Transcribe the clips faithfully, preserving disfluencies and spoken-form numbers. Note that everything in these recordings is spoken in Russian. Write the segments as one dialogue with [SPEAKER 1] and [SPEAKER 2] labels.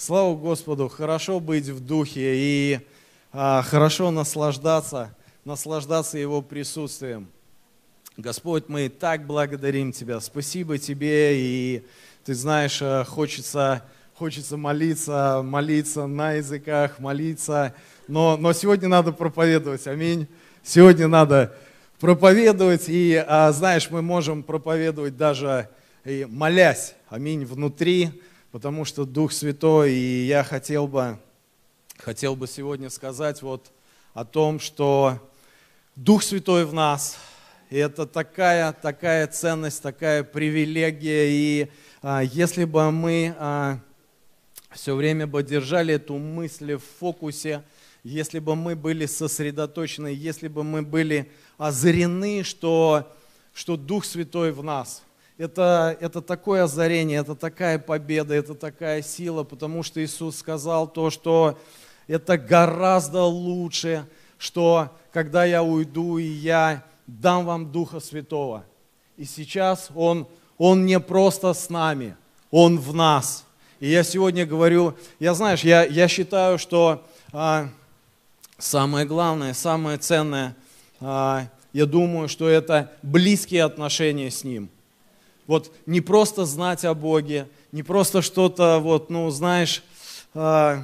[SPEAKER 1] Слава Господу, хорошо быть в духе и а, хорошо наслаждаться, наслаждаться Его присутствием. Господь, мы так благодарим Тебя, спасибо Тебе, и Ты знаешь, хочется, хочется молиться, молиться на языках, молиться, но, но сегодня надо проповедовать, аминь. Сегодня надо проповедовать, и а, знаешь, мы можем проповедовать даже и молясь, аминь, внутри, потому что Дух Святой, и я хотел бы, хотел бы сегодня сказать вот о том, что Дух Святой в нас, и это такая, такая ценность, такая привилегия, и а, если бы мы а, все время бы держали эту мысль в фокусе, если бы мы были сосредоточены, если бы мы были озарены, что, что Дух Святой в нас. Это, это такое озарение, это такая победа, это такая сила, потому что Иисус сказал то, что это гораздо лучше, что когда я уйду, и я дам вам Духа Святого. И сейчас Он, Он не просто с нами, Он в нас. И я сегодня говорю, я знаешь, я, я считаю, что а, самое главное, самое ценное, а, я думаю, что это близкие отношения с Ним. Вот не просто знать о Боге, не просто что-то, вот, ну, знаешь, а,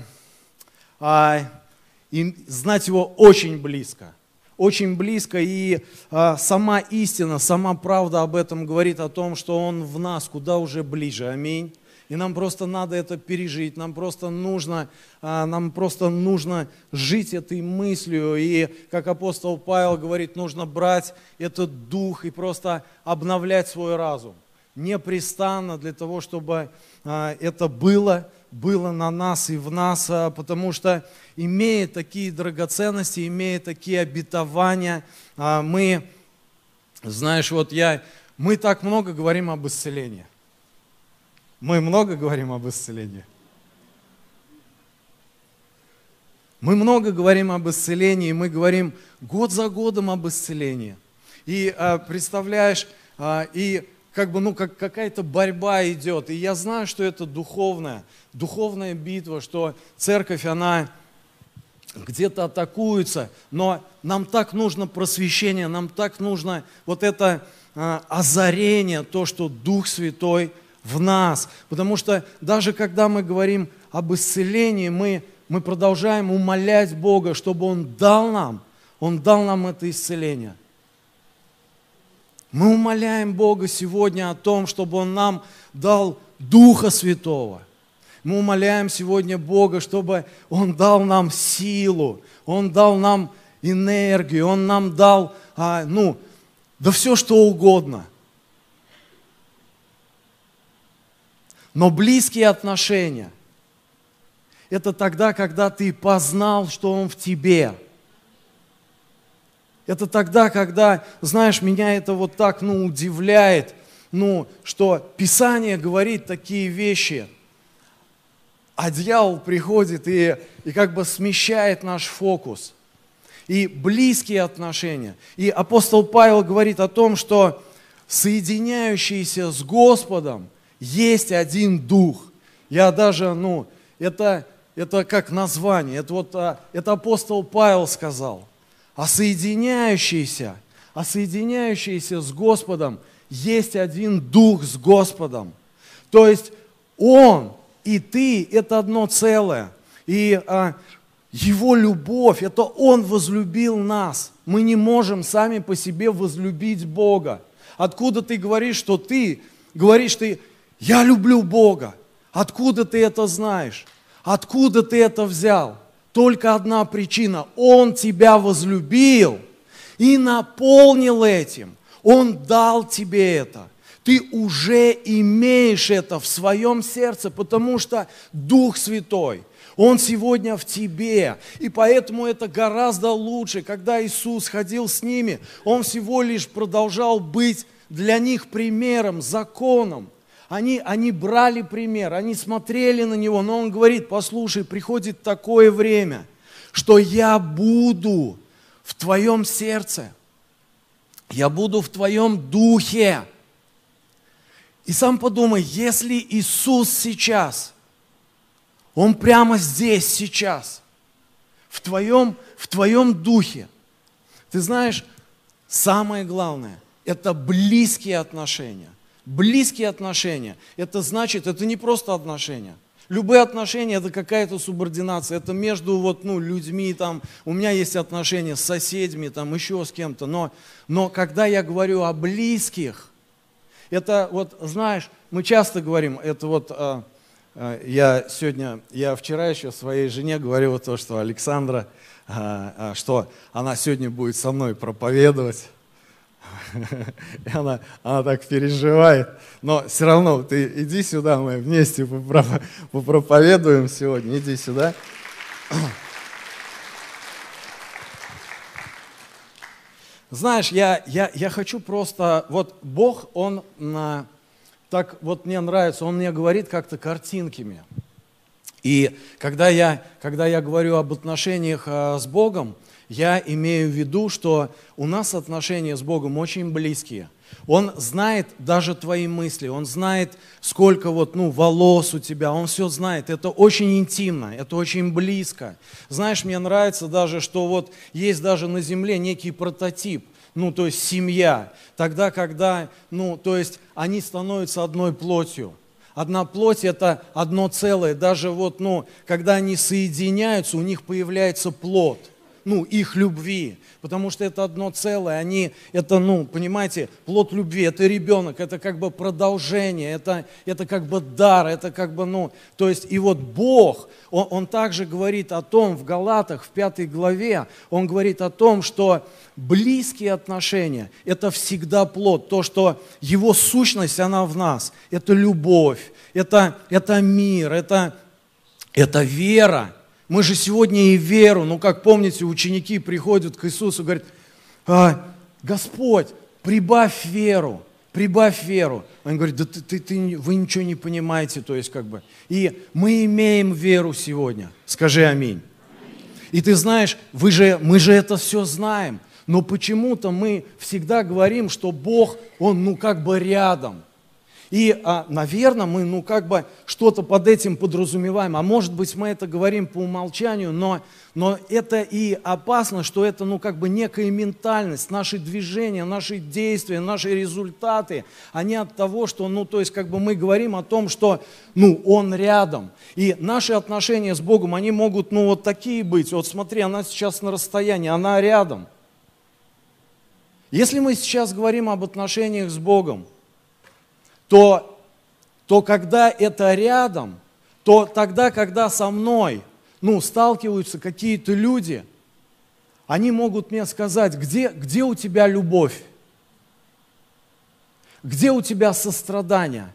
[SPEAKER 1] а и знать Его очень близко. Очень близко, и а, сама истина, сама правда об этом говорит о том, что Он в нас куда уже ближе, аминь. И нам просто надо это пережить, нам просто нужно, а, нам просто нужно жить этой мыслью. И как апостол Павел говорит, нужно брать этот дух и просто обновлять свой разум. Непрестанно для того, чтобы а, это было, было на нас и в нас, а, потому что имея такие драгоценности, имея такие обетования, а, мы, знаешь, вот я, мы так много говорим об исцелении. Мы много говорим об исцелении. Мы много говорим об исцелении, мы говорим год за годом об исцелении. И а, представляешь, а, и как бы, ну, как какая-то борьба идет. И я знаю, что это духовная, духовная битва, что церковь, она где-то атакуется, но нам так нужно просвещение, нам так нужно вот это а, озарение, то, что Дух Святой в нас. Потому что даже когда мы говорим об исцелении, мы, мы продолжаем умолять Бога, чтобы Он дал нам, Он дал нам это исцеление. Мы умоляем Бога сегодня о том, чтобы Он нам дал Духа Святого. Мы умоляем сегодня Бога, чтобы Он дал нам силу, Он дал нам энергию, Он нам дал, а, ну, да все что угодно. Но близкие отношения – это тогда, когда ты познал, что Он в тебе. Это тогда, когда, знаешь, меня это вот так, ну, удивляет, ну, что Писание говорит такие вещи, а дьявол приходит и, и как бы смещает наш фокус. И близкие отношения. И апостол Павел говорит о том, что соединяющиеся с Господом есть один Дух. Я даже, ну, это, это как название, это вот, это апостол Павел сказал. А соединяющиеся, а соединяющиеся с Господом есть один Дух с Господом. То есть Он и ты – это одно целое. И а, Его любовь – это Он возлюбил нас. Мы не можем сами по себе возлюбить Бога. Откуда ты говоришь, что ты говоришь, ты, я люблю Бога? Откуда ты это знаешь? Откуда ты это взял? Только одна причина. Он тебя возлюбил и наполнил этим. Он дал тебе это. Ты уже имеешь это в своем сердце, потому что Дух Святой, Он сегодня в тебе. И поэтому это гораздо лучше. Когда Иисус ходил с ними, Он всего лишь продолжал быть для них примером, законом. Они, они брали пример, они смотрели на Него, но Он говорит, послушай, приходит такое время, что я буду в твоем сердце, я буду в твоем духе. И сам подумай, если Иисус сейчас, Он прямо здесь, сейчас, в твоем, в твоем духе. Ты знаешь, самое главное – это близкие отношения. Близкие отношения – это значит, это не просто отношения. Любые отношения – это какая-то субординация, это между вот, ну, людьми, там, у меня есть отношения с соседями, там, еще с кем-то, но, но когда я говорю о близких, это вот, знаешь, мы часто говорим, это вот, э, э, я сегодня, я вчера еще своей жене говорил то, что Александра, э, э, что она сегодня будет со мной проповедовать. И она, она так переживает. Но все равно ты иди сюда, мы вместе попроповедуем сегодня. Иди сюда. Знаешь, я, я, я хочу просто... Вот Бог, Он так вот мне нравится, Он мне говорит как-то картинками. И когда я, когда я говорю об отношениях с Богом, я имею в виду, что у нас отношения с Богом очень близкие. Он знает даже твои мысли, Он знает, сколько вот, ну, волос у тебя, Он все знает. Это очень интимно, это очень близко. Знаешь, мне нравится даже, что вот есть даже на земле некий прототип, ну, то есть семья. Тогда, когда, ну, то есть они становятся одной плотью. Одна плоть – это одно целое. Даже вот, ну, когда они соединяются, у них появляется плод. Ну, их любви, потому что это одно целое, они, это, ну, понимаете, плод любви, это ребенок, это как бы продолжение, это, это как бы дар, это как бы, ну, то есть, и вот Бог, Он, он также говорит о том, в Галатах, в пятой главе, Он говорит о том, что близкие отношения – это всегда плод, то, что Его сущность, она в нас, это любовь, это, это мир, это, это вера. Мы же сегодня и веру, ну как помните, ученики приходят к Иисусу и говорят: а, Господь, прибавь веру, прибавь веру. Он говорит: да ты, ты, ты, вы ничего не понимаете, то есть как бы. И мы имеем веру сегодня, скажи аминь. И ты знаешь, вы же, мы же это все знаем, но почему-то мы всегда говорим, что Бог, Он ну как бы рядом. И, а, наверное, мы, ну, как бы что-то под этим подразумеваем, а может быть, мы это говорим по умолчанию, но, но это и опасно, что это, ну, как бы некая ментальность, наши движения, наши действия, наши результаты, они от того, что, ну, то есть, как бы мы говорим о том, что, ну, Он рядом. И наши отношения с Богом, они могут, ну, вот такие быть. Вот смотри, она сейчас на расстоянии, она рядом. Если мы сейчас говорим об отношениях с Богом, То, то когда это рядом, то тогда, когда со мной, ну, сталкиваются какие-то люди, они могут мне сказать: где, где у тебя любовь? Где у тебя сострадание?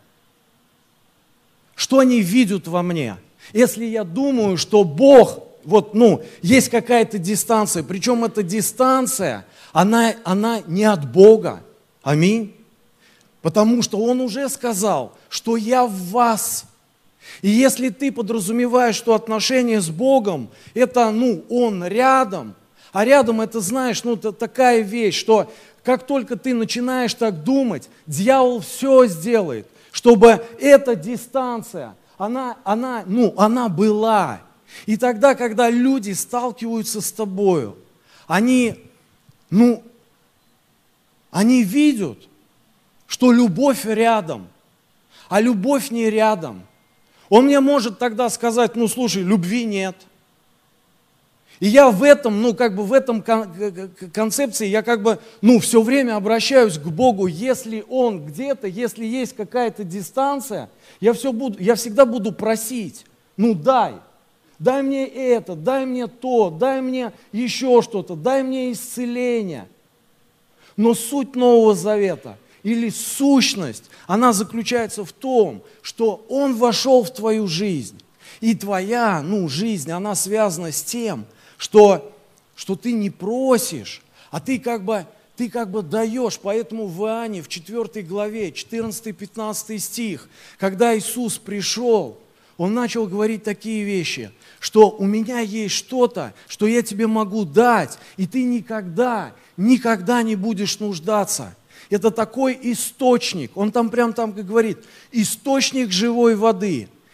[SPEAKER 1] Что они видят во мне? Если я думаю, что Бог, вот, ну, есть какая-то дистанция, причем эта дистанция, она, она не от Бога. Аминь. Потому что Он уже сказал, что я в вас. И если ты подразумеваешь, что отношения с Богом, это, ну, Он рядом, а рядом это, знаешь, ну, это такая вещь, что как только ты начинаешь так думать, дьявол все сделает, чтобы эта дистанция, она, она, ну, она была. И тогда, когда люди сталкиваются с тобою, они, ну, они видят, что любовь рядом, а любовь не рядом. Он мне может тогда сказать: ну, слушай, любви нет. И я в этом, ну, как бы в этом концепции, я как бы, ну, все время обращаюсь к Богу. Если Он где-то, если есть какая-то дистанция, я, все буду, я всегда буду просить: ну, дай. Дай мне это, дай мне то, дай мне еще что-то, дай мне исцеление. Но суть Нового Завета – или сущность, она заключается в том, что Он вошел в твою жизнь. И твоя, ну, жизнь, она связана с тем, что, что ты не просишь, а ты как бы, ты как бы даешь. Поэтому в Иоанне, в четвёртой главе, четырнадцатый-пятнадцатый стих, когда Иисус пришел, Он начал говорить такие вещи, что у меня есть что-то, что я тебе могу дать, и ты никогда, никогда не будешь нуждаться. Это такой источник, он там прям там говорит, источник живой воды.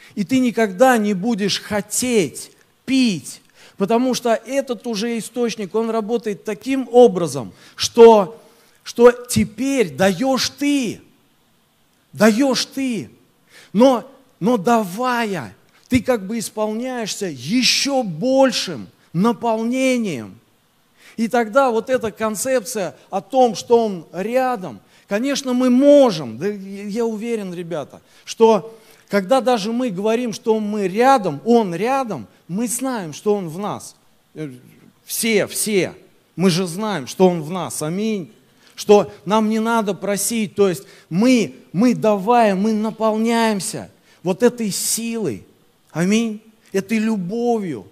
[SPEAKER 1] И ты никогда не будешь хотеть пить, потому что этот уже источник, он работает таким образом, что, что теперь даешь ты, даешь ты, но, но давая, ты как бы исполняешься еще большим наполнением. И тогда вот эта концепция о том, что Он рядом, конечно, мы можем, да, я уверен, ребята, что когда даже мы говорим, что мы рядом, Он рядом, мы знаем, что Он в нас. Все, все. Мы же знаем, что Он в нас. Аминь. Что нам не надо просить. То есть мы, мы давая, мы наполняемся вот этой силой. Аминь. Этой любовью.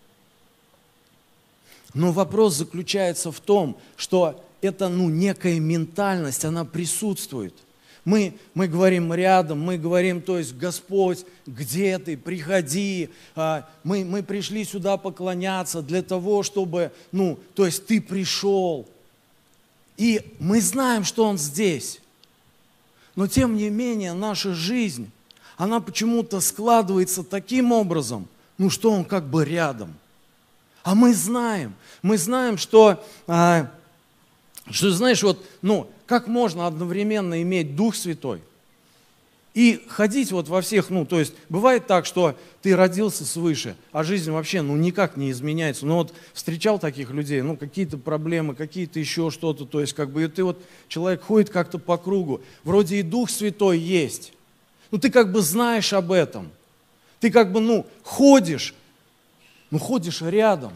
[SPEAKER 1] Но вопрос заключается в том, что это ну, некая ментальность, она присутствует. Мы, мы говорим рядом, мы говорим, то есть, Господь, где ты, приходи. А, мы, мы пришли сюда поклоняться для того, чтобы, ну, то есть, ты пришел. И мы знаем, что Он здесь. Но, тем не менее, наша жизнь, она почему-то складывается таким образом, ну, что Он как бы рядом. А мы знаем, мы знаем, что, а, что знаешь, вот, ну, как можно одновременно иметь Дух Святой и ходить вот во всех, ну, то есть, бывает так, что ты родился свыше, а жизнь вообще, ну, никак не изменяется. Ну, вот встречал таких людей, ну, какие-то проблемы, какие-то еще что-то, то есть, как бы, и ты вот, человек ходит как-то по кругу, вроде и Дух Святой есть, ну, ты как бы знаешь об этом, ты как бы, ну, ходишь, ну, ходишь рядом.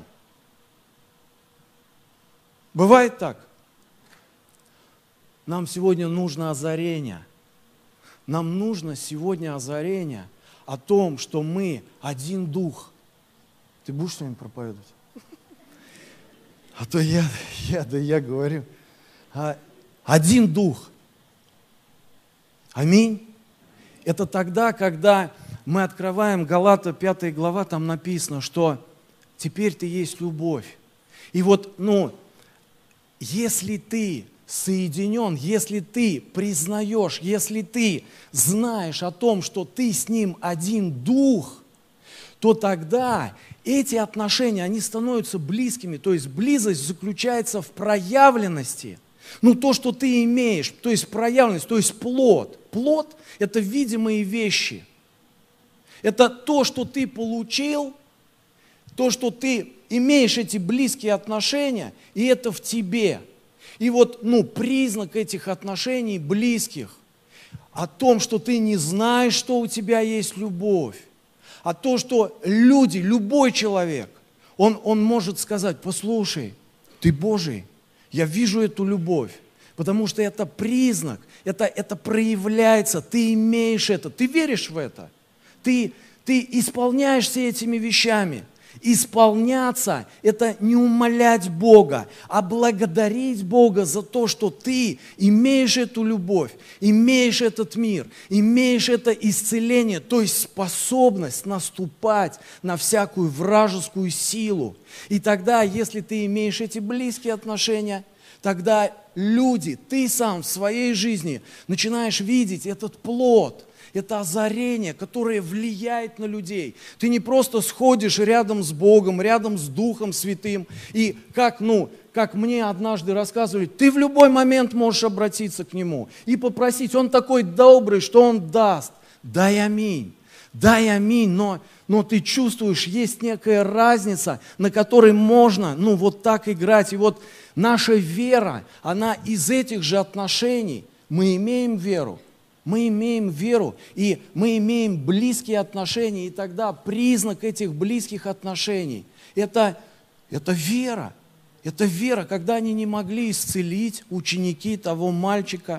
[SPEAKER 1] Бывает так? Нам сегодня нужно озарение. Нам нужно сегодня озарение о том, что мы один дух. Ты будешь что-нибудь проповедовать? А то я, я, да я говорю. Один дух. Аминь. Это тогда, когда мы открываем Галата пятая глава, там написано, что теперь ты есть любовь. И вот, ну, если ты соединен, если ты признаешь, если ты знаешь о том, что ты с Ним один дух, то тогда эти отношения, они становятся близкими. То есть близость заключается в проявленности. Ну, то, что ты имеешь, то есть проявленность, то есть плод. Плод – это видимые вещи. Это то, что ты получил, то, что ты имеешь эти близкие отношения, и это в тебе. И вот, ну, признак этих отношений близких о том, что ты не знаешь, что у тебя есть любовь, а то, что люди, любой человек, он, он может сказать: послушай, ты Божий, я вижу эту любовь, потому что это признак, это, это проявляется, ты имеешь это, ты веришь в это, ты, ты исполняешься этими вещами. Исполняться – это не умолять Бога, а благодарить Бога за то, что ты имеешь эту любовь, имеешь этот мир, имеешь это исцеление, то есть способность наступать на всякую вражескую силу. И тогда, если ты имеешь эти близкие отношения, тогда люди, ты сам в своей жизни начинаешь видеть этот плод. Это озарение, которое влияет на людей. Ты не просто сходишь рядом с Богом, рядом с Духом Святым. И как, ну, как мне однажды рассказывали, ты в любой момент можешь обратиться к Нему и попросить. Он такой добрый, что Он даст. Дай аминь. Дай аминь. Но, но ты чувствуешь, есть некая разница, на которой можно, ну, вот так играть. И вот наша вера, она из этих же отношений. Мы имеем веру. Мы имеем веру, и мы имеем близкие отношения, и тогда признак этих близких отношений – это, это вера. Это вера, когда они не могли исцелить ученики того мальчика.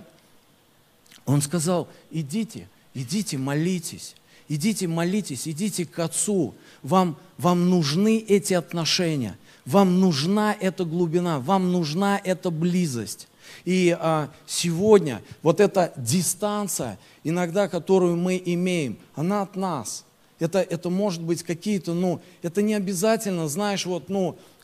[SPEAKER 1] Он сказал: идите, идите, молитесь, идите, молитесь, идите к Отцу. Вам, вам нужны эти отношения, вам нужна эта глубина, вам нужна эта близость. И а, сегодня вот эта дистанция, иногда, которую мы имеем, она от нас. Это, это может быть какие-то, ну, это не обязательно, знаешь, вот, ну,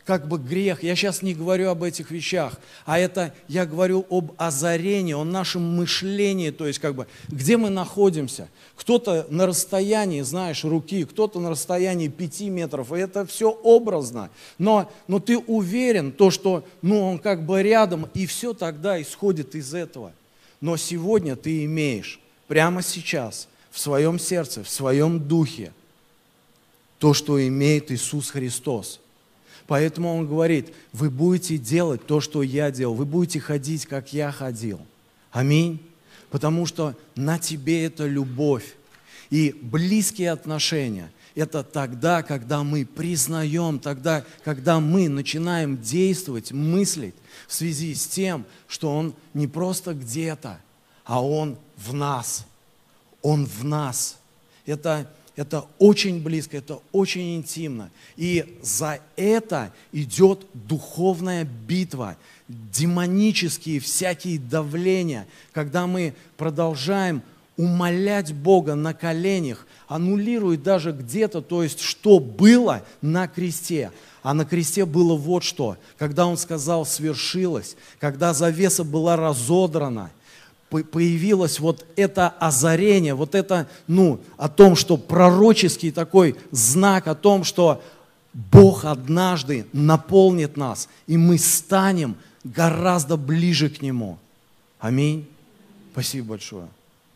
[SPEAKER 1] как бы грех. Я сейчас не говорю об этих вещах, а это я говорю об озарении, о нашем мышлении, то есть как бы где мы находимся. Кто-то на расстоянии, знаешь, руки, кто-то на расстоянии пяти метров, и это все образно. Но, но ты уверен, то, что ну, он как бы рядом, и все тогда исходит из этого. Но сегодня ты имеешь, прямо сейчас, в своем сердце, в своем духе, то, что имеет Иисус Христос. Поэтому Он говорит, вы будете делать то, что я делал, вы будете ходить, как я ходил. Аминь. Потому что на тебе это любовь. И близкие отношения – это тогда, когда мы признаем, тогда, когда мы начинаем действовать, мыслить в связи с тем, что Он не просто где-то, а Он в нас. Он в нас. Это, это очень близко, это очень интимно. И за это идет духовная битва, демонические всякие давления, когда мы продолжаем умолять Бога на коленях, аннулирует даже где-то, то есть что было на кресте. А на кресте было вот что, когда Он сказал «свершилось», когда завеса была разодрана, появилось вот это озарение, вот это, ну, о том, что пророческий такой знак о том, что Бог однажды наполнит нас, и мы станем гораздо ближе к Нему. Аминь. Спасибо большое.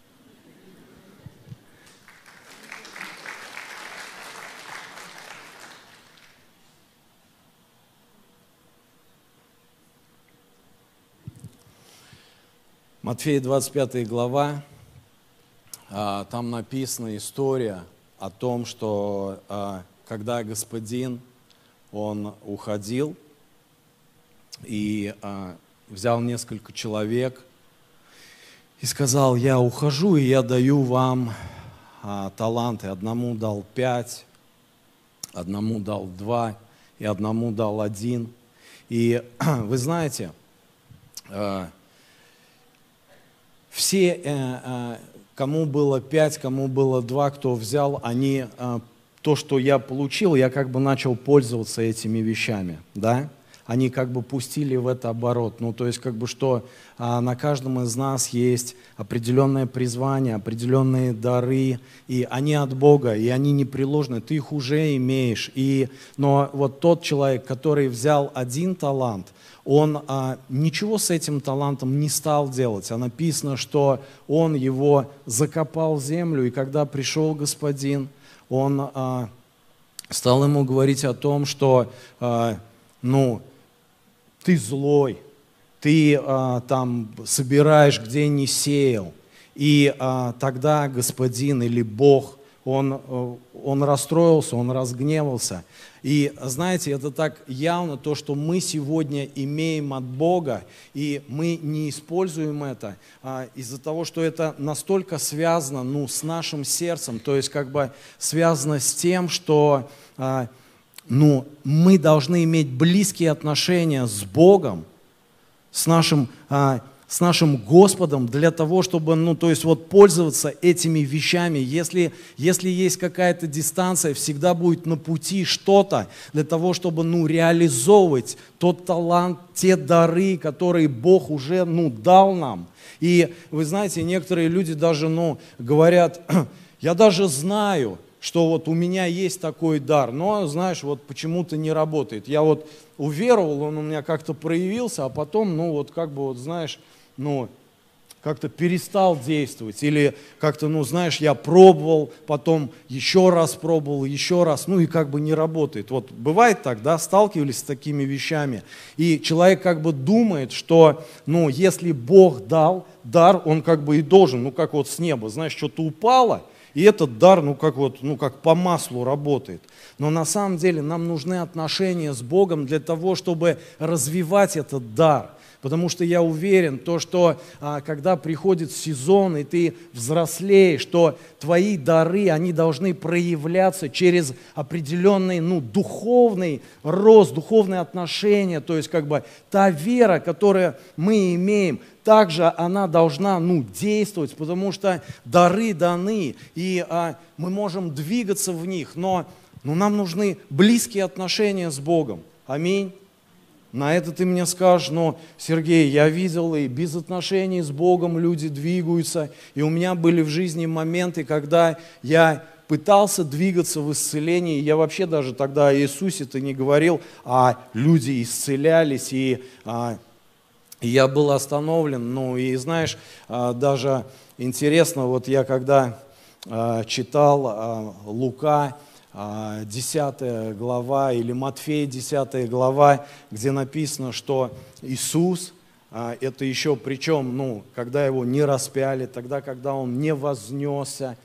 [SPEAKER 1] Матфея двадцать пятая глава, там написана история о том, что когда Господин, Он уходил и взял несколько человек и сказал, я ухожу, и я даю вам таланты. Одному дал пять, одному дал два, и одному дал один. И вы знаете, все, кому было пять, кому было два, кто взял, они, то, что я получил, я как бы начал пользоваться этими вещами, да? Они как бы пустили в это оборот. Ну, то есть, как бы, что на каждом из нас есть определенное призвание, определенные дары, и они от Бога, и они непреложны, ты их уже имеешь. И, но вот тот человек, который взял один талант, он а, ничего с этим талантом не стал делать. А написано, что он его закопал в землю, и когда пришел Господин, он а, стал ему говорить о том, что а, ну, ты злой, ты а, там собираешь, где не сеял. И а, тогда Господин или Бог, он, он расстроился, он разгневался. И знаете, это так явно то, что мы сегодня имеем от Бога, и мы не используем это а, из-за того, что это настолько связано ну, с нашим сердцем, то есть как бы связано с тем, что а, ну, мы должны иметь близкие отношения с Богом, с нашим, а, с нашим Господом для того, чтобы, ну, то есть вот пользоваться этими вещами. Если, если есть какая-то дистанция, всегда будет на пути что-то для того, чтобы, ну, реализовывать тот талант, те дары, которые Бог уже, ну, дал нам. И вы знаете, некоторые люди даже, ну, говорят, я даже знаю, что вот у меня есть такой дар, но, знаешь, вот почему-то не работает. Я вот уверовал, он у меня как-то проявился, а потом, ну, вот как бы, вот, знаешь, ну, как-то перестал действовать. Или как-то, ну, знаешь, я пробовал, потом еще раз пробовал, еще раз, ну, и как бы не работает. Вот бывает так, да, сталкивались с такими вещами. И человек как бы думает, что, ну, если Бог дал дар, он как бы и должен, ну, как вот с неба, знаешь, что-то упало, и этот дар, ну как, вот, ну, как по маслу работает. Но на самом деле нам нужны отношения с Богом для того, чтобы развивать этот дар. Потому что я уверен, то, что а, когда приходит сезон, и ты взрослеешь, что твои дары, они должны проявляться через определенный, ну, духовный рост, духовные отношения. То есть, как бы, та вера, которую мы имеем, также она должна, ну, действовать, потому что дары даны, и а, мы можем двигаться в них, но, но нам нужны близкие отношения с Богом. Аминь. На это ты мне скажешь, но, Сергей, я видел, и без отношений с Богом люди двигаются. И у меня были в жизни моменты, когда я пытался двигаться в исцелении. Я вообще даже тогда о Иисусе-то не говорил, а люди исцелялись, и, а, и я был остановлен. Ну и знаешь, а, даже интересно, вот я когда а, читал а, Лука, десятая глава, или Матфея десятая глава, где написано, что Иисус, это еще причем, ну, когда его не распяли, тогда, когда он не вознесся,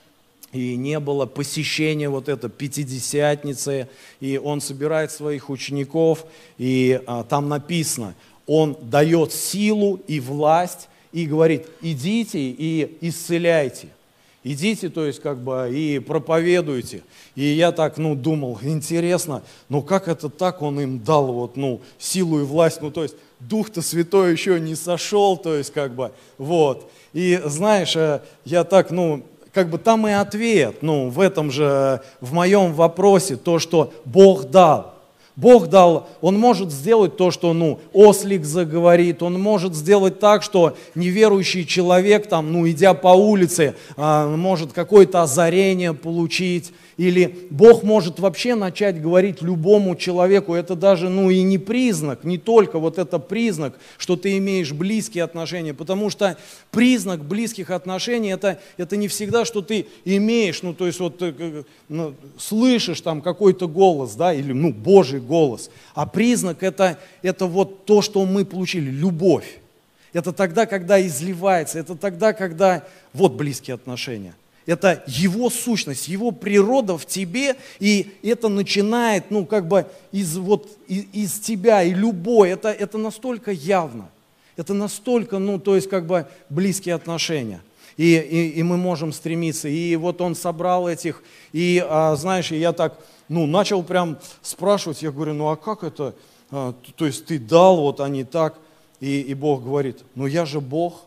[SPEAKER 1] и не было посещения вот это Пятидесятницы, и он собирает своих учеников, и а, там написано, он дает силу и власть, и говорит, идите и исцеляйте. Идите, то есть, как бы, и проповедуйте. И я так, ну, думал, интересно, ну, как это так он им дал, вот, ну, силу и власть, ну, то есть, Дух-то Святой еще не сошел, то есть, как бы, вот. И, знаешь, я так, ну, как бы там и ответ, ну, в этом же, в моем вопросе, то, что Бог дал. Бог дал, Он может сделать то, что, ну, ослик заговорит, Он может сделать так, что неверующий человек, там, ну, идя по улице, а, может какое-то озарение получить, или Бог может вообще начать говорить любому человеку, это даже, ну, и не признак, не только вот это признак, что ты имеешь близкие отношения, потому что признак близких отношений, это, это не всегда, что ты имеешь, ну, то есть вот ну, слышишь там какой-то голос, да, или, ну, Божий голос, а признак это, это вот то, что мы получили, любовь. Это тогда, когда изливается, это тогда, когда вот близкие отношения. Это Его сущность, Его природа в тебе, и это начинает, ну, как бы из, вот, из, из тебя, и любой, это, это настолько явно, это настолько, ну, то есть, как бы близкие отношения. И, и, и мы можем стремиться. И вот он собрал этих, и, а, знаешь, я так, ну, начал прям спрашивать, я говорю, ну, а как это, а, то есть, ты дал, вот они так, и, и Бог говорит, ну, я же Бог,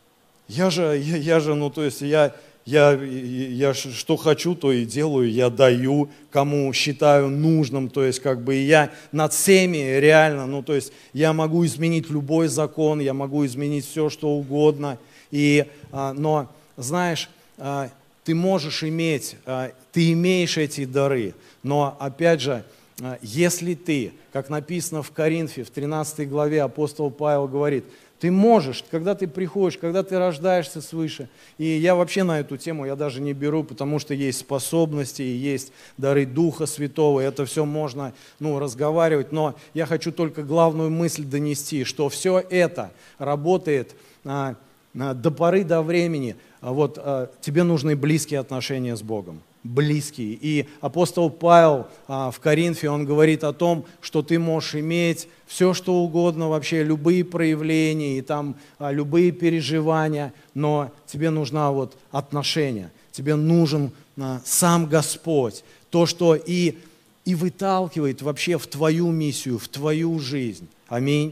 [SPEAKER 1] я же, я, я же, ну, то есть, я... Я, я что хочу, то и делаю, я даю, кому считаю нужным, то есть как бы я над всеми реально, ну то есть я могу изменить любой закон, я могу изменить все, что угодно, и, а, но знаешь, а, ты можешь иметь, а, ты имеешь эти дары, но опять же, а, если ты, как написано в Коринфе, в тринадцатой главе апостол Павел говорит, ты можешь, когда ты приходишь, когда ты рождаешься свыше. И я вообще на эту тему я даже не беру, потому что есть способности, есть дары Духа Святого, это все можно, ну, разговаривать. Но я хочу только главную мысль донести, что все это работает а, а, до поры до времени. А вот а, тебе нужны близкие отношения с Богом. Близкие. И апостол Павел а, в Коринфе, он говорит о том, что ты можешь иметь все, что угодно, вообще любые проявления и там а, любые переживания, но тебе нужна вот отношения, тебе нужен а, сам Господь, то, что и, и выталкивает вообще в твою миссию, в твою жизнь. Аминь.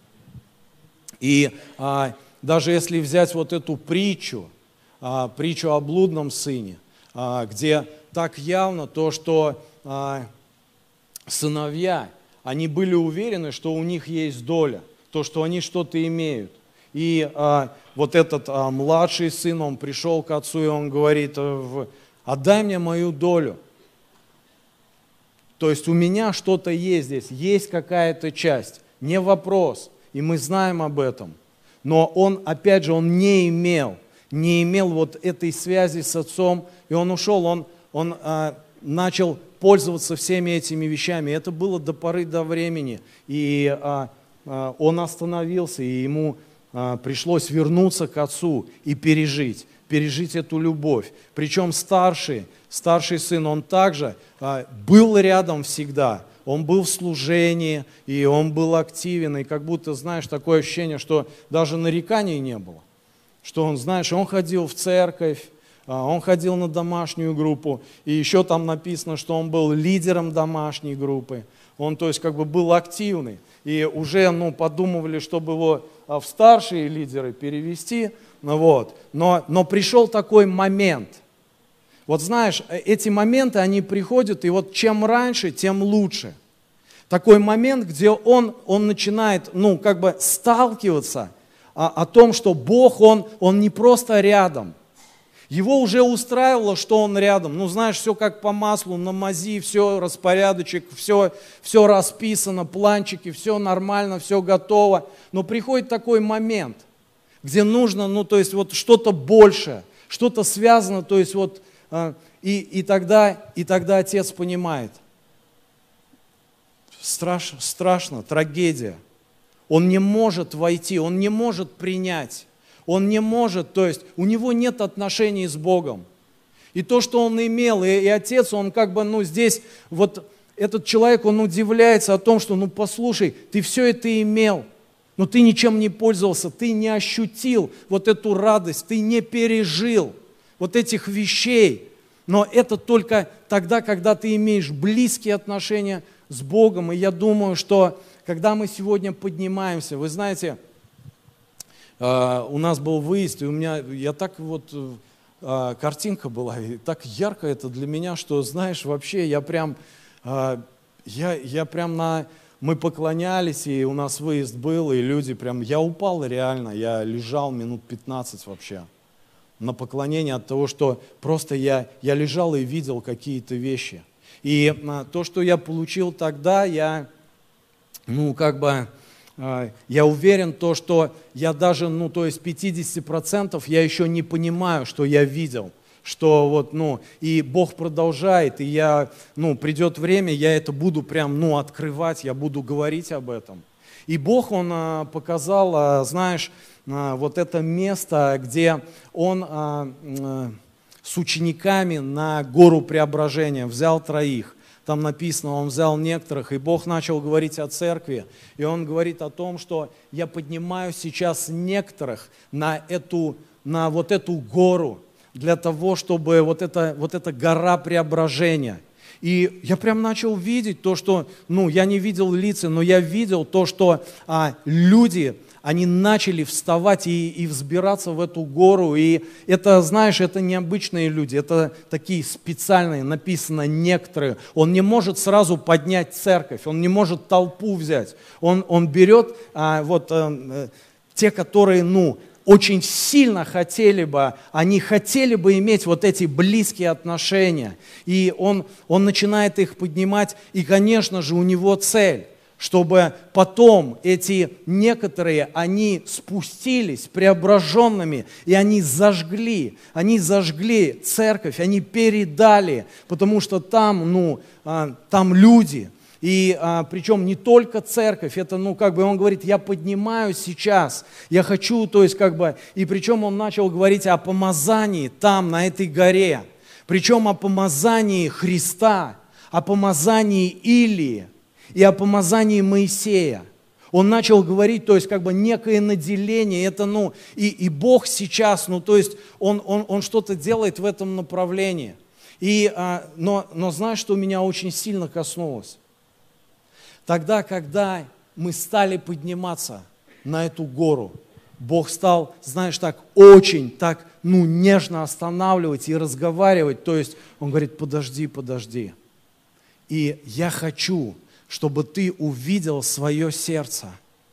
[SPEAKER 1] И а, даже если взять вот эту притчу, а, притчу о блудном сыне, где так явно то, что а, сыновья, они были уверены, что у них есть доля, то, что они что-то имеют. И а, вот этот а, младший сын, он пришел к отцу, и он говорит, отдай мне мою долю. То есть у меня что-то есть здесь, есть какая-то часть, не вопрос, и мы знаем об этом. Но он, опять же, он не имел. не имел вот этой связи с отцом, и он ушел, он, он а, начал пользоваться всеми этими вещами. Это было до поры до времени, и а, а, он остановился, и ему а, пришлось вернуться к отцу и пережить, пережить эту любовь. Причем старший, старший сын, он также а, был рядом всегда, он был в служении, и он был активен, и как будто, знаешь, такое ощущение, что даже нареканий не было. Что он, знаешь, он ходил в церковь, он ходил на домашнюю группу, и еще там написано, что он был лидером домашней группы. Он, то есть, как бы был активный. И уже, ну, подумывали, чтобы его в старшие лидеры перевести. Ну, вот. но, но пришел такой момент. Вот знаешь, эти моменты, они приходят, и вот чем раньше, тем лучше. Такой момент, где он, он начинает, ну, как бы сталкиваться о, о том, что Бог, он, он не просто рядом. Его уже устраивало, что он рядом. Ну, знаешь, все как по маслу, на мази, все распорядочек, все, все расписано, планчики, все нормально, все готово. Но приходит такой момент, где нужно, ну, то есть вот что-то большее, что-то связано, то есть вот, э, и, и, тогда, и тогда отец понимает, страш, страшно, трагедия. Он не может войти, он не может принять. Он не может, то есть у него нет отношений с Богом. И то, что он имел, и, и отец, он как бы, ну здесь, вот этот человек, он удивляется о том, что, ну послушай, ты все это имел, но ты ничем не пользовался, ты не ощутил вот эту радость, ты не пережил вот этих вещей. Но это только тогда, когда ты имеешь близкие отношения с Богом. И я думаю, что когда мы сегодня поднимаемся, вы знаете, у нас был выезд, и у меня, я так вот, картинка была, и так ярко это для меня, что, знаешь, вообще я прям, я, я прям на, мы поклонялись, и у нас выезд был, и люди прям, я упал реально, я лежал минут пятнадцать вообще на поклонение от того, что просто я, я лежал и видел какие-то вещи. И то, что я получил тогда, я, ну, как бы, я уверен, то, что я даже, ну, то есть пятьдесят процентов я еще не понимаю, что я видел, что вот, ну, и Бог продолжает, и я, ну, придет время, я это буду прям, ну, открывать, я буду говорить об этом. И Бог, Он показал, знаешь, вот это место, где Он с учениками на гору Преображения взял троих. Там написано, Он взял некоторых, и Бог начал говорить о церкви. И Он говорит о том, что я поднимаю сейчас некоторых на, эту, на вот эту гору, для того, чтобы вот эта, вот эта гора Преображения. И я прям начал видеть то, что, ну, я не видел лица, но я видел то, что а, люди, они начали вставать и, и взбираться в эту гору. И это, знаешь, это необычные люди, это такие специальные, написано некоторые. Он не может сразу поднять церковь, он не может толпу взять. Он, он берет а, вот а, те, которые, ну, очень сильно хотели бы, они хотели бы иметь вот эти близкие отношения. И он, он начинает их поднимать, и, конечно же, у него цель, чтобы потом эти некоторые, они спустились преображенными, и они зажгли, они зажгли церковь, они передали, потому что там, ну, там люди. И а, причем не только церковь, это, ну, как бы он говорит, я поднимаю сейчас, я хочу, то есть, как бы, и причем он начал говорить о помазании там, на этой горе, причем о помазании Христа, о помазании Илии и о помазании Моисея. Он начал говорить, то есть, как бы, некое наделение, это, ну, и, и Бог сейчас, ну, то есть, он, он, он что-то делает в этом направлении. И, а, но, но знаешь, что меня очень сильно коснулось? Тогда, когда мы стали подниматься на эту гору, Бог стал, знаешь, так очень, так, ну, нежно останавливать и разговаривать. То есть Он говорит, подожди, подожди. И я хочу, чтобы ты увидел свое сердце.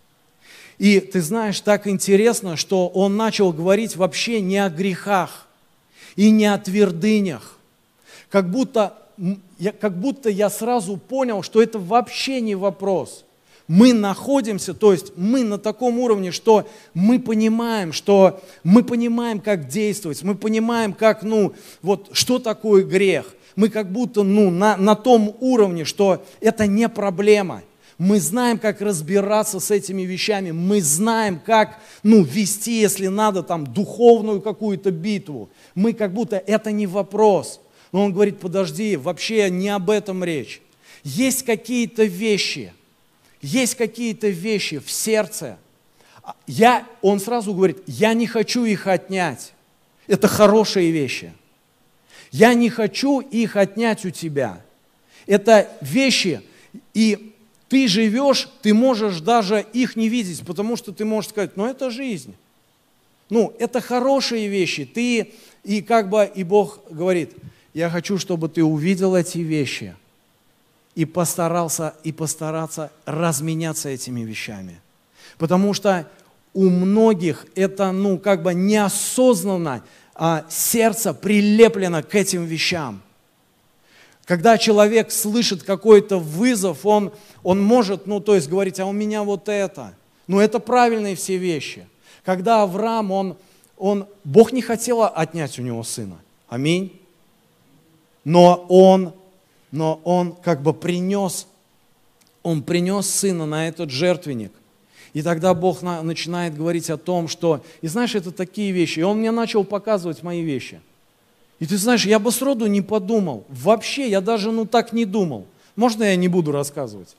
[SPEAKER 1] И ты знаешь, так интересно, что Он начал говорить вообще не о грехах и не о твердынях. Как будто... Я, как будто я сразу понял, что это вообще не вопрос. Мы находимся, то есть мы на таком уровне, что мы понимаем, что мы понимаем, как действовать, мы понимаем, как, ну, вот, что такое грех. Мы как будто, ну, на, на том уровне, что это не проблема. Мы знаем, как разбираться с этими вещами, мы знаем, как, ну, вести, если надо, там, духовную какую-то битву. Мы как будто, это не вопрос. Но он говорит, подожди, вообще не об этом речь. Есть какие-то вещи, есть какие-то вещи в сердце. Я, он сразу говорит, я не хочу их отнять. Это хорошие вещи. Я не хочу их отнять у тебя. Это вещи, и ты живешь, ты можешь даже их не видеть, потому что ты можешь сказать, ну это жизнь. Ну, это хорошие вещи. Ты, и как бы, и Бог говорит, я хочу, чтобы ты увидел эти вещи, и постарался, и постараться разменяться этими вещами. Потому что у многих это, ну, как бы неосознанно а, сердце прилеплено к этим вещам. Когда человек слышит какой-то вызов, он, он может, ну, то есть говорить, а у меня вот это. Но это правильные все вещи. Когда Авраам, он, он, Бог не хотел отнять у него сына. Аминь. Но он, но он как бы принес, он принес сына на этот жертвенник. И тогда Бог на, начинает говорить о том, что, и знаешь, это такие вещи. И он мне начал показывать мои вещи. И ты знаешь, я бы сроду не подумал. Вообще, я даже ну так не думал. Можно я не буду рассказывать?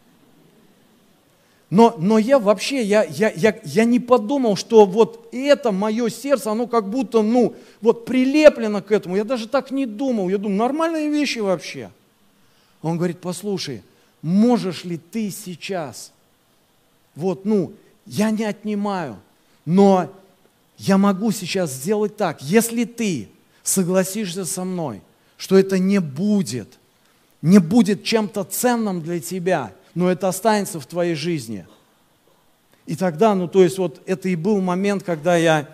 [SPEAKER 1] Но, но я вообще, я, я, я, я не подумал, что вот это мое сердце, оно как будто, ну, вот прилеплено к этому. Я даже так не думал. Я думаю, нормальные вещи вообще. Он говорит, послушай, можешь ли ты сейчас, вот, ну, я не отнимаю, но я могу сейчас сделать так, если ты согласишься со мной, что это не будет, не будет чем-то ценным для тебя, но это останется в твоей жизни. И тогда, ну то есть вот это и был момент, когда я,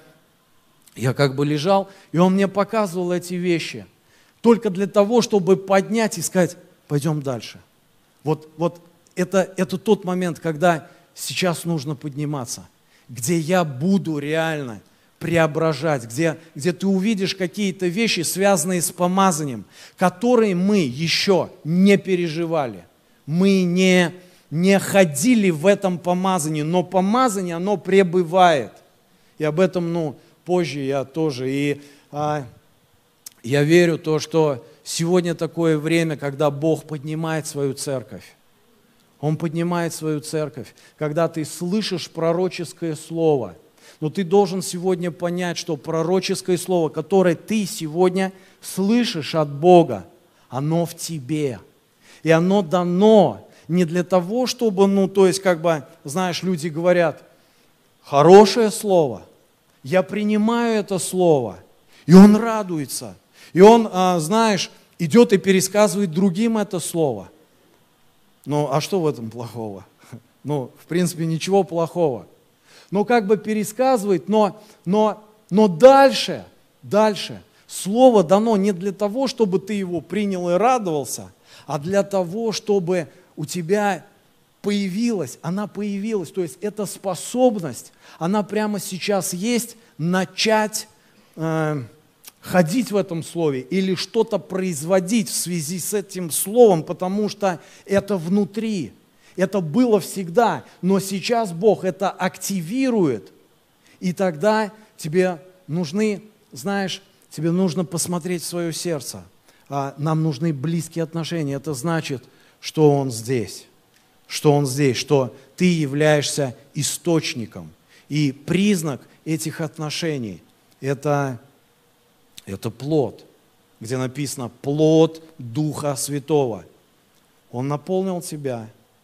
[SPEAKER 1] я как бы лежал, и он мне показывал эти вещи, только для того, чтобы поднять и сказать, пойдем дальше. Вот, вот это, это тот момент, когда сейчас нужно подниматься, где я буду реально преображать, где, где ты увидишь какие-то вещи, связанные с помазанием, которые мы еще не переживали. Мы не, не ходили в этом помазании, но помазание, оно пребывает. И об этом, ну, позже я тоже. И а, я верю в то, что сегодня такое время, когда Бог поднимает свою церковь. Он поднимает свою церковь, когда ты слышишь пророческое слово. Но ты должен сегодня понять, что пророческое слово, которое ты сегодня слышишь от Бога, оно в тебе. И оно дано не для того, чтобы, ну, то есть, как бы, знаешь, люди говорят, хорошее слово, я принимаю это слово, и он радуется. И он, знаешь, идет и пересказывает другим это слово. Ну, а что в этом плохого? Ну, в принципе, ничего плохого. Но как бы пересказывает, но, но, но дальше, дальше. Слово дано не для того, чтобы ты его принял и радовался, а для того, чтобы у тебя появилась, она появилась, то есть эта способность, она прямо сейчас есть, начать э, ходить в этом слове или что-то производить в связи с этим словом, потому что это внутри. Это было всегда, но сейчас Бог это активирует, и тогда тебе нужны, знаешь, тебе нужно посмотреть в свое сердце. Нам нужны близкие отношения. Это значит, что Он здесь, что Он здесь, что ты являешься источником. И признак этих отношений – это, это плод, где написано «плод Духа Святого». Он наполнил тебя.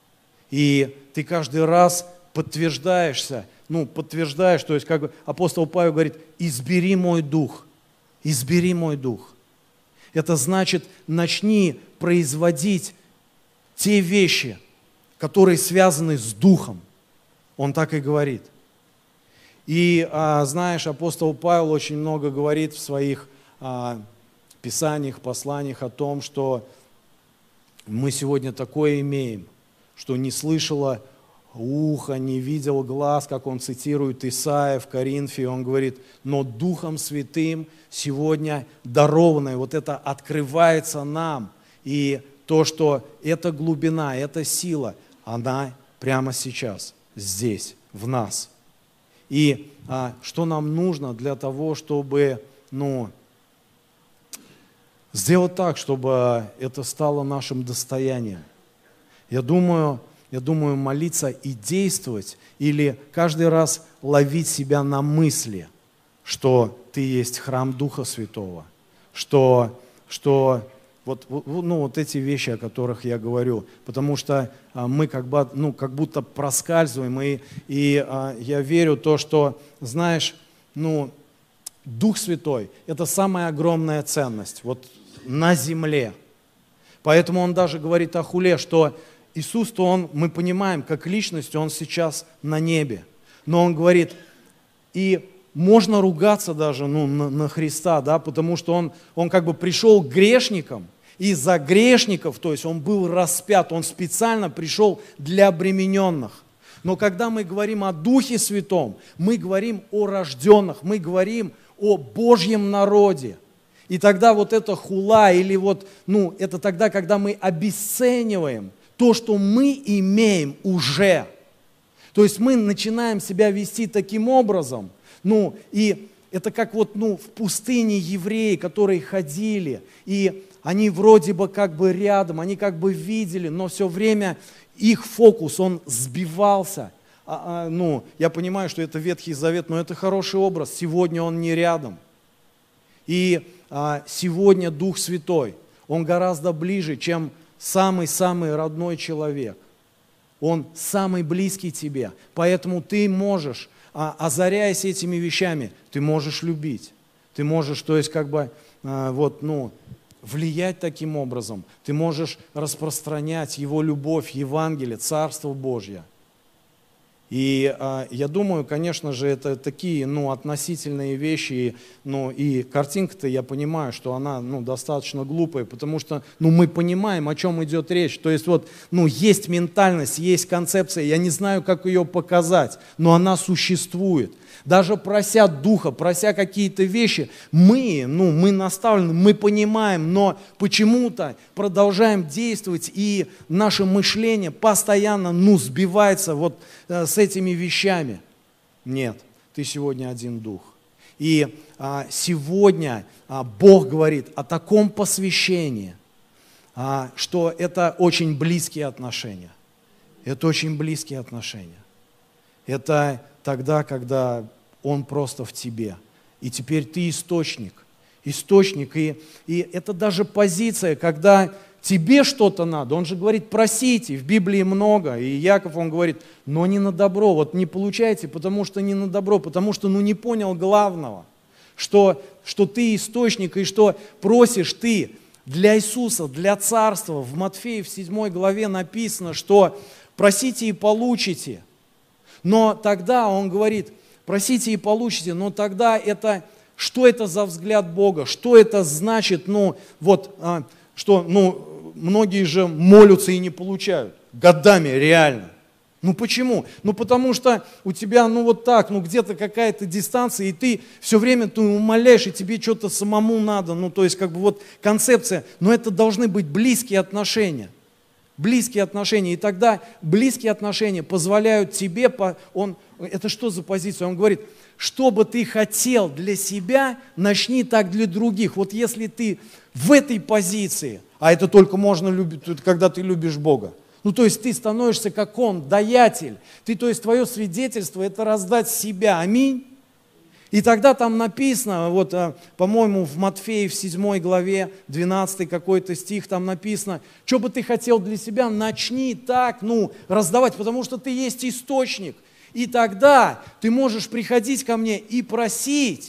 [SPEAKER 1] И ты каждый раз подтверждаешься, ну, подтверждаешь, то есть, как бы апостол Павел говорит, избери мой дух, избери мой дух. Это значит, начни производить те вещи, которые связаны с духом. Он так и говорит. И, а, знаешь, апостол Павел очень много говорит в своих а, писаниях, посланиях о том, что мы сегодня такое имеем, что не слышало ухо, не видел глаз, как он цитирует Исаия в Коринфе, он говорит, но Духом Святым сегодня дарованное, вот это открывается нам, и то, что эта глубина, эта сила, она прямо сейчас, здесь, в нас. И а, что нам нужно для того, чтобы, ну, сделать так, чтобы это стало нашим достоянием? Я думаю, я думаю, молиться и действовать, или каждый раз ловить себя на мысли, что ты есть храм Духа Святого, что, что вот, ну, вот эти вещи, о которых я говорю, потому что мы как, бы, ну, как будто проскальзываем, и, и а, я верю в то, что, знаешь, ну, Дух Святой – это самая огромная ценность вот на земле. Поэтому он даже говорит о хуле, что Иисус-то он, мы понимаем, как личность, он сейчас на небе. Но он говорит, и можно ругаться даже ну, на, на Христа, да, потому что он, он как бы пришел к грешникам, и за грешников, то есть он был распят, он специально пришел для обремененных. Но когда мы говорим о Духе Святом, мы говорим о рожденных, мы говорим о Божьем народе. И тогда вот это хула, или вот, ну, это тогда, когда мы обесцениваем то, что мы имеем уже. То есть мы начинаем себя вести таким образом, ну, и это как вот, ну, в пустыне евреи, которые ходили, и они вроде бы как бы рядом, они как бы видели, но все время их фокус, он сбивался. А, а, ну, я понимаю, что это Ветхий Завет, но это хороший образ, сегодня он не рядом. И а, сегодня Дух Святой, он гораздо ближе, чем самый-самый родной человек. Он самый близкий тебе, поэтому ты можешь, а, озаряясь этими вещами, ты можешь любить. Ты можешь, то есть как бы, а, вот, ну, влиять таким образом. Ты можешь распространять Его любовь, Евангелие, Царство Божье. И а, я думаю, конечно же, это такие, ну, относительные вещи, ну, и картинка-то, я понимаю, что она, ну, достаточно глупая, потому что, ну, мы понимаем, о чем идет речь. То есть вот, ну, есть ментальность, есть концепция, я не знаю, как ее показать, но она существует. Даже прося Духа, прося какие-то вещи, мы, ну, мы наставлены, мы понимаем, но почему-то продолжаем действовать, и наше мышление постоянно, ну, сбивается вот э, с этими вещами. Нет, ты сегодня один Дух. И а, сегодня а, Бог говорит о таком посвящении, а, что это очень близкие отношения. Это очень близкие отношения. Это тогда, когда Он просто в тебе. И теперь ты источник. Источник. И, и это даже позиция, когда тебе что-то надо. Он же говорит, просите. В Библии много. И Яков, он говорит, но не на добро. Вот не получайте, потому что не на добро. Потому что, ну, не понял главного. Что, что ты источник, и что просишь ты для Иисуса, для Царства. В Матфея в седьмой главе написано, что просите и получите. Но тогда он говорит, просите и получите, но тогда это, что это за взгляд Бога, что это значит, ну, вот, а, что, ну, многие же молятся и не получают, годами реально. Ну, почему? Ну, потому что у тебя, ну, вот так, ну, где-то какая-то дистанция, и ты все время ты умоляешь, и тебе что-то самому надо, ну, то есть, как бы вот концепция, но это должны быть близкие отношения. Близкие отношения. И тогда близкие отношения позволяют тебе, он, это что за позиция? Он говорит, что бы ты хотел для себя, начни так для других. Вот если ты в этой позиции, а это только можно любить, когда ты любишь Бога, ну то есть ты становишься как Он, даятель. Ты, то есть твое свидетельство это раздать себя. Аминь. И тогда там написано, вот, по-моему, в Матфея в седьмой главе, двенадцатый какой-то стих, там написано, что бы ты хотел для себя, начни так, ну, раздавать, потому что ты есть источник. И тогда ты можешь приходить ко мне и просить,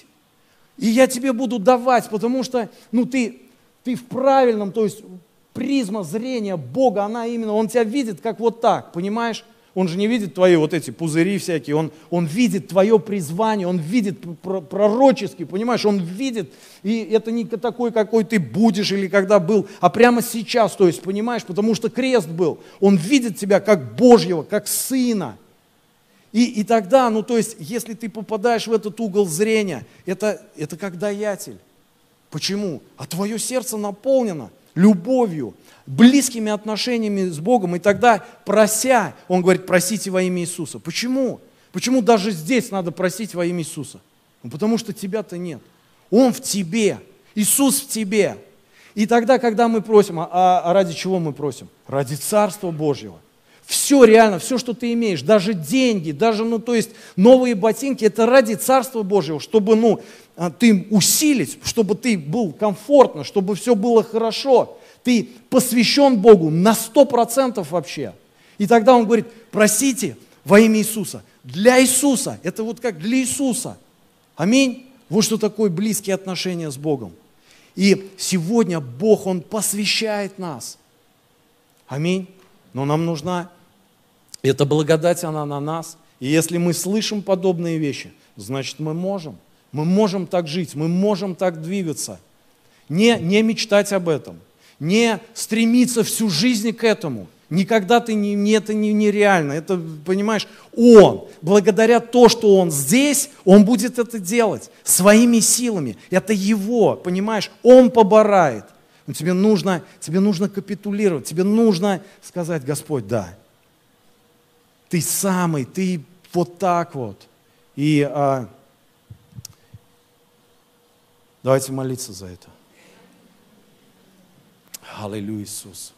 [SPEAKER 1] и я тебе буду давать, потому что, ну, ты, ты в правильном, то есть призма зрения Бога, она именно, Он тебя видит как вот так, понимаешь? Он же не видит твои вот эти пузыри всякие, он, он видит твое призвание, он видит пророчески, понимаешь, он видит, и это не такой, какой ты будешь или когда был, а прямо сейчас, то есть, понимаешь, потому что крест был, он видит тебя как Божьего, как Сына. И, и тогда, ну то есть, если ты попадаешь в этот угол зрения, это, это как даятель. Почему? А твое сердце наполнено любовью, близкими отношениями с Богом, и тогда, прося, он говорит, просите во имя Иисуса. Почему? Почему даже здесь надо просить во имя Иисуса? Ну, потому что тебя-то нет. Он в тебе, Иисус в тебе. И тогда, когда мы просим, а, а ради чего мы просим? Ради Царства Божьего. Все реально, все, что ты имеешь, даже деньги, даже, ну, то есть, новые ботинки, это ради Царства Божьего, чтобы, ну, ты усилить, чтобы ты был комфортно, чтобы все было хорошо. Ты посвящен Богу на сто процентов вообще. И тогда он говорит, просите во имя Иисуса. Для Иисуса. Это вот как для Иисуса. Аминь. Вот что такое близкие отношения с Богом. И сегодня Бог, Он посвящает нас. Аминь. Но нам нужна эта благодать, она на нас. И если мы слышим подобные вещи, значит мы можем. Мы можем так жить, мы можем так двигаться. Не, не мечтать об этом, не стремиться всю жизнь к этому. Никогда ты не, не, это не, нереально. Это, понимаешь, Он, благодаря тому, что Он здесь, Он будет это делать своими силами. Это Его, понимаешь, Он поборает. Но тебе нужно, тебе нужно капитулировать, тебе нужно сказать: Господь, да, Ты самый, Ты вот так вот. И а, давайте молиться за это. Аллилуйя, Иисус.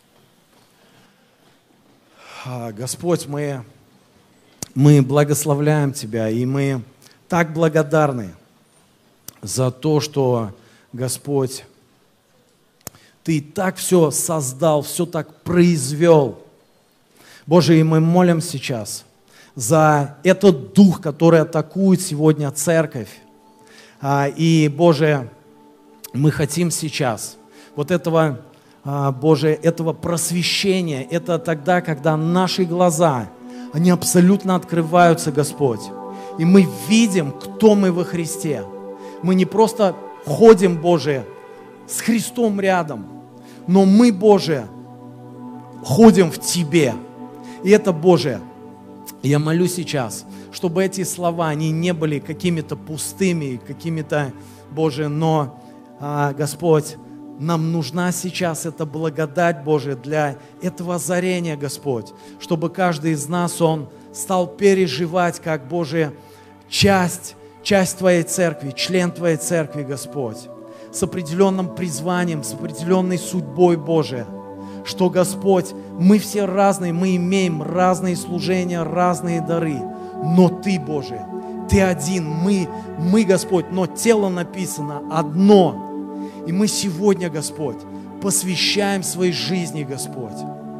[SPEAKER 1] А, Господь, мы, мы благословляем Тебя, и мы так благодарны за то, что, Господь, Ты так все создал, все так произвел. Боже, и мы молим сейчас за этот дух, который атакует сегодня церковь. И, Боже, мы хотим сейчас вот этого, Боже, этого просвещения. Это тогда, когда наши глаза, они абсолютно открываются, Господь. И мы видим, кто мы во Христе. Мы не просто ходим, Боже, с Христом рядом, но мы, Боже, ходим в Тебе. И это, Боже, я молюсь сейчас, чтобы эти слова, они не были какими-то пустыми, какими-то, Боже, но, а, Господь, нам нужна сейчас эта благодать, Боже, для этого озарения, Господь, чтобы каждый из нас, он стал переживать, как, Боже, часть, часть Твоей церкви, член Твоей церкви, Господь, с определенным призванием, с определенной судьбой, Боже, что, Господь, мы все разные, мы имеем разные служения, разные дары, но Ты, Боже, Ты один, мы, мы, Господь, но тело написано одно. И мы сегодня, Господь, посвящаем своей жизни, Господь,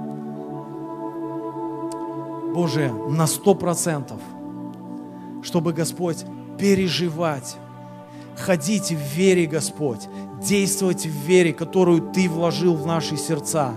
[SPEAKER 1] Боже, на сто процентов, чтобы, Господь, переживать, ходить в вере, Господь, действовать в вере, которую Ты вложил в наши сердца.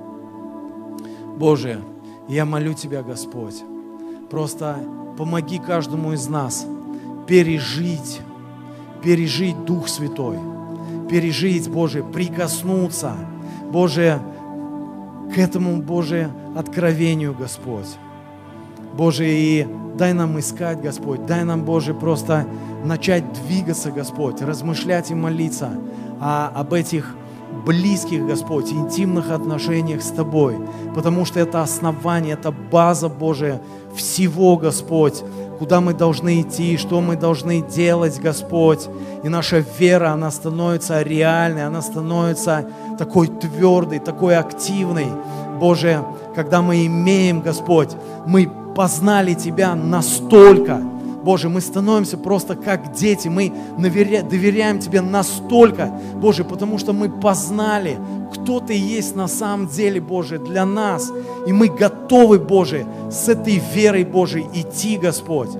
[SPEAKER 1] Боже, я молю Тебя, Господь, просто помоги каждому из нас пережить, пережить Дух Святой, пережить, Боже, прикоснуться, Боже, к этому, Боже, откровению, Господь. Боже, и дай нам искать, Господь, дай нам, Боже, просто начать двигаться, Господь, размышлять и молиться о, об этих близких, Господь, интимных отношениях с Тобой, потому что это основание, это база, Божия, всего, Господь, куда мы должны идти, что мы должны делать, Господь. И наша вера, она становится реальной, она становится такой твердой, такой активной. Боже, когда мы имеем, Господь, мы познали Тебя настолько, Боже, мы становимся просто как дети, мы доверяем Тебе настолько, Боже, потому что мы познали, кто Ты есть на самом деле, Боже, для нас. И мы готовы, Боже, с этой верой, Боже, идти, Господь.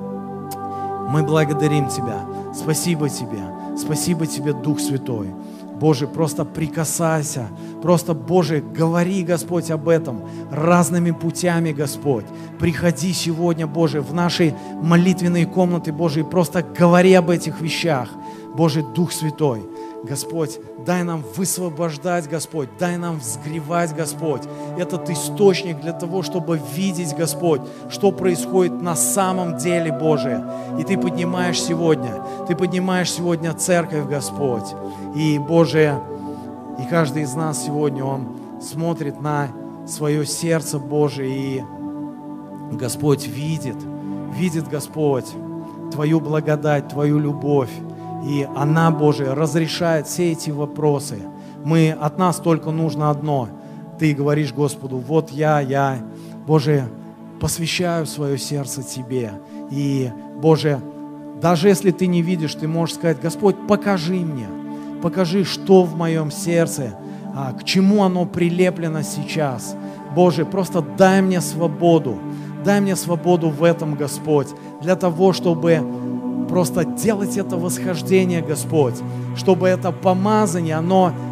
[SPEAKER 1] Мы благодарим Тебя. Спасибо Тебе. Спасибо Тебе, Дух Святой. Боже, просто прикасайся, просто, Боже, говори, Господь, об этом разными путями, Господь. Приходи сегодня, Боже, в наши молитвенные комнаты, Боже, и просто говори об этих вещах. Боже, Дух Святой, Господь, дай нам высвобождать, Господь, дай нам взгревать, Господь, этот источник для того, чтобы видеть, Господь, что происходит на самом деле, Боже. И Ты поднимаешь сегодня, Ты поднимаешь сегодня церковь, Господь. И, Боже, и каждый из нас сегодня, он смотрит на свое сердце, Боже, и, Господь, видит, видит, Господь, Твою благодать, Твою любовь. И она, Боже, разрешает все эти вопросы. Мы, от нас только нужно одно. Ты говоришь Господу: вот я, я, Боже, посвящаю свое сердце Тебе. И, Боже, даже если Ты не видишь, Ты можешь сказать: Господь, покажи мне, покажи, что в моем сердце, а, к чему оно прилеплено сейчас. Боже, просто дай мне свободу, дай мне свободу в этом, Господь, для того, чтобы просто делать это восхождение, Господь, чтобы это помазание, оно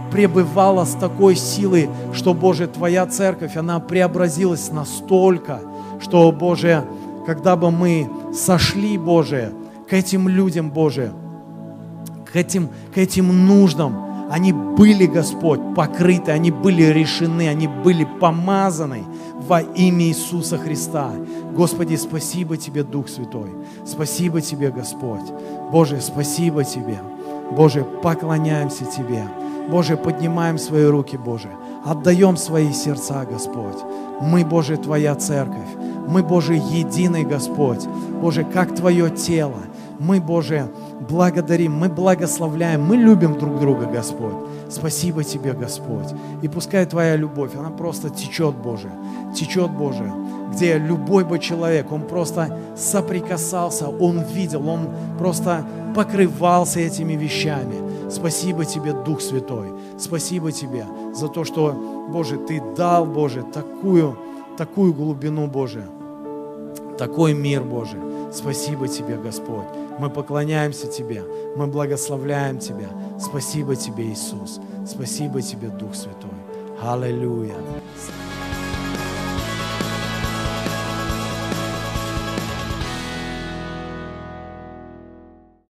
[SPEAKER 1] пребывала с такой силой, что, Боже, Твоя церковь, она преобразилась настолько, что, Боже, когда бы мы сошли, Боже, к этим людям, Боже, к этим, к этим нуждам, они были, Господь, покрыты, они были решены, они были помазаны во имя Иисуса Христа. Господи, спасибо Тебе, Дух Святой. Спасибо Тебе, Господь. Боже, спасибо Тебе. Боже, поклоняемся Тебе. Боже, поднимаем свои руки, Боже. Отдаем свои сердца, Господь. Мы, Боже, Твоя церковь. Мы, Боже, единый, Господь. Боже, как Твое тело. Мы, Боже, благодарим, мы благословляем, мы любим друг друга, Господь. Спасибо Тебе, Господь. И пускай Твоя любовь, она просто течет, Боже, течет, Боже, где любой бы человек, он просто соприкасался, он видел, он просто покрывался этими вещами. Спасибо Тебе, Дух Святой. Спасибо Тебе за то, что, Боже, Ты дал, Боже, такую, такую глубину, Боже, такой мир, Боже. Спасибо Тебе, Господь. Мы поклоняемся Тебе, мы благословляем Тебя. Спасибо Тебе, Иисус. Спасибо Тебе, Дух Святой. Аллилуйя.